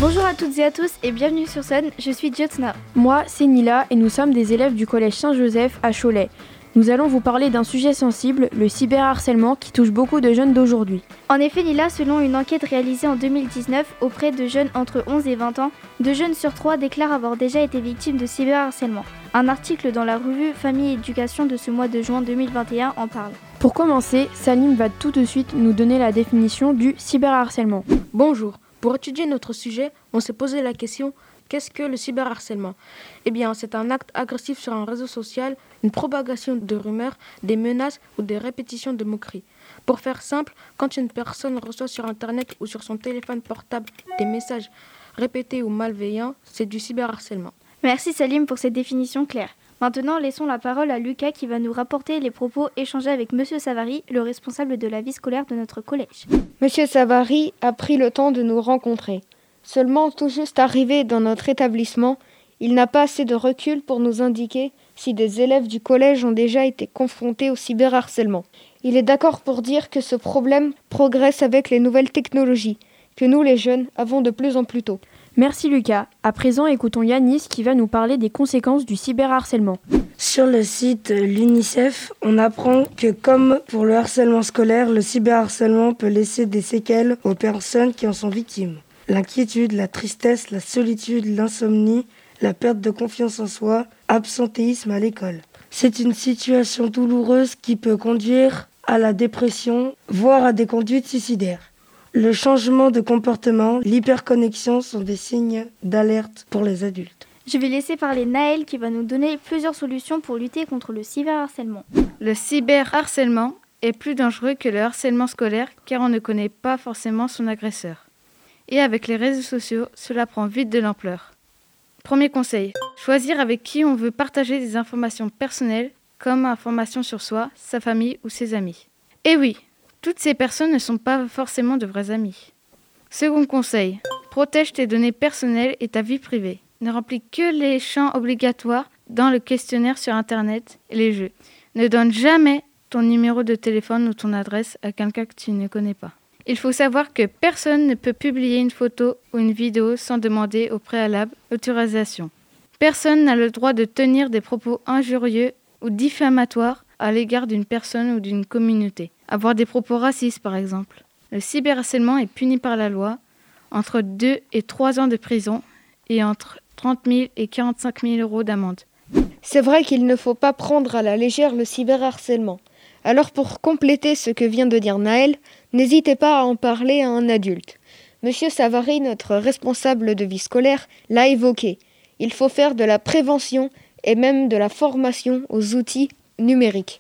Bonjour à toutes et à tous et bienvenue sur Sun, je suis Jyotsna. Moi, c'est Nila et nous sommes des élèves du collège Saint-Joseph à Cholet. Nous allons vous parler d'un sujet sensible, le cyberharcèlement qui touche beaucoup de jeunes d'aujourd'hui. En effet Nila, selon une enquête réalisée en 2019 auprès de jeunes entre 11 et 20 ans, 2 jeunes sur 3 déclarent avoir déjà été victimes de cyberharcèlement. Un article dans la revue Famille et Éducation de ce mois de juin 2021 en parle. Pour commencer, Salim va tout de suite nous donner la définition du cyberharcèlement. Bonjour, pour étudier notre sujet, on s'est posé la question « Qu'est-ce que le cyberharcèlement ?» Eh bien, c'est un acte agressif sur un réseau social, une propagation de rumeurs, des menaces ou des répétitions de moqueries. Pour faire simple, quand une personne reçoit sur Internet ou sur son téléphone portable des messages répétés ou malveillants, c'est du cyberharcèlement. Merci Salim pour cette définition claire. Maintenant, laissons la parole à Lucas qui va nous rapporter les propos échangés avec Monsieur Savary, le responsable de la vie scolaire de notre collège. Monsieur Savary a pris le temps de nous rencontrer. Seulement tout juste arrivé dans notre établissement, il n'a pas assez de recul pour nous indiquer si des élèves du collège ont déjà été confrontés au cyberharcèlement. Il est d'accord pour dire que ce problème progresse avec les nouvelles technologies, que nous les jeunes avons de plus en plus tôt. Merci Lucas. À présent, écoutons Yanis qui va nous parler des conséquences du cyberharcèlement. Sur le site l'UNICEF, on apprend que comme pour le harcèlement scolaire, le cyberharcèlement peut laisser des séquelles aux personnes qui en sont victimes. L'inquiétude, la tristesse, la solitude, l'insomnie, la perte de confiance en soi, absentéisme à l'école. C'est une situation douloureuse qui peut conduire à la dépression, voire à des conduites suicidaires. Le changement de comportement, l'hyperconnexion sont des signes d'alerte pour les adultes. Je vais laisser parler Naël qui va nous donner plusieurs solutions pour lutter contre le cyberharcèlement. Le cyberharcèlement est plus dangereux que le harcèlement scolaire car on ne connaît pas forcément son agresseur. Et avec les réseaux sociaux, cela prend vite de l'ampleur. Premier conseil, choisir avec qui on veut partager des informations personnelles comme informations sur soi, sa famille ou ses amis. Et oui, toutes ces personnes ne sont pas forcément de vrais amis. Second conseil, protège tes données personnelles et ta vie privée. Ne remplis que les champs obligatoires dans le questionnaire sur Internet et les jeux. Ne donne jamais ton numéro de téléphone ou ton adresse à quelqu'un que tu ne connais pas. Il faut savoir que personne ne peut publier une photo ou une vidéo sans demander au préalable l'autorisation. Personne n'a le droit de tenir des propos injurieux ou diffamatoires à l'égard d'une personne ou d'une communauté. Avoir des propos racistes, par exemple. Le cyberharcèlement est puni par la loi entre 2 et 3 ans de prison et entre 30 000 et 45 000 euros d'amende. C'est vrai qu'il ne faut pas prendre à la légère le cyberharcèlement. Alors pour compléter ce que vient de dire Naël, n'hésitez pas à en parler à un adulte. Monsieur Savary, notre responsable de vie scolaire, l'a évoqué. Il faut faire de la prévention et même de la formation aux outils numériques.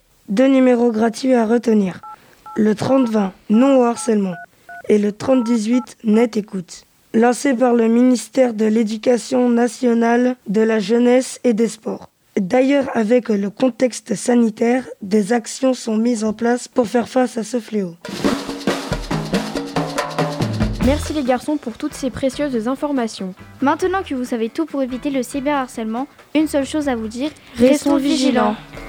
2 numéros gratuits à retenir. Le 30-20, non au harcèlement, et le 30-18, net écoute. Lancé par le ministère de l'Éducation nationale, de la jeunesse et des sports. D'ailleurs, avec le contexte sanitaire, des actions sont mises en place pour faire face à ce fléau. Merci les garçons pour toutes ces précieuses informations. Maintenant que vous savez tout pour éviter le cyberharcèlement, une seule chose à vous dire, Restons vigilants.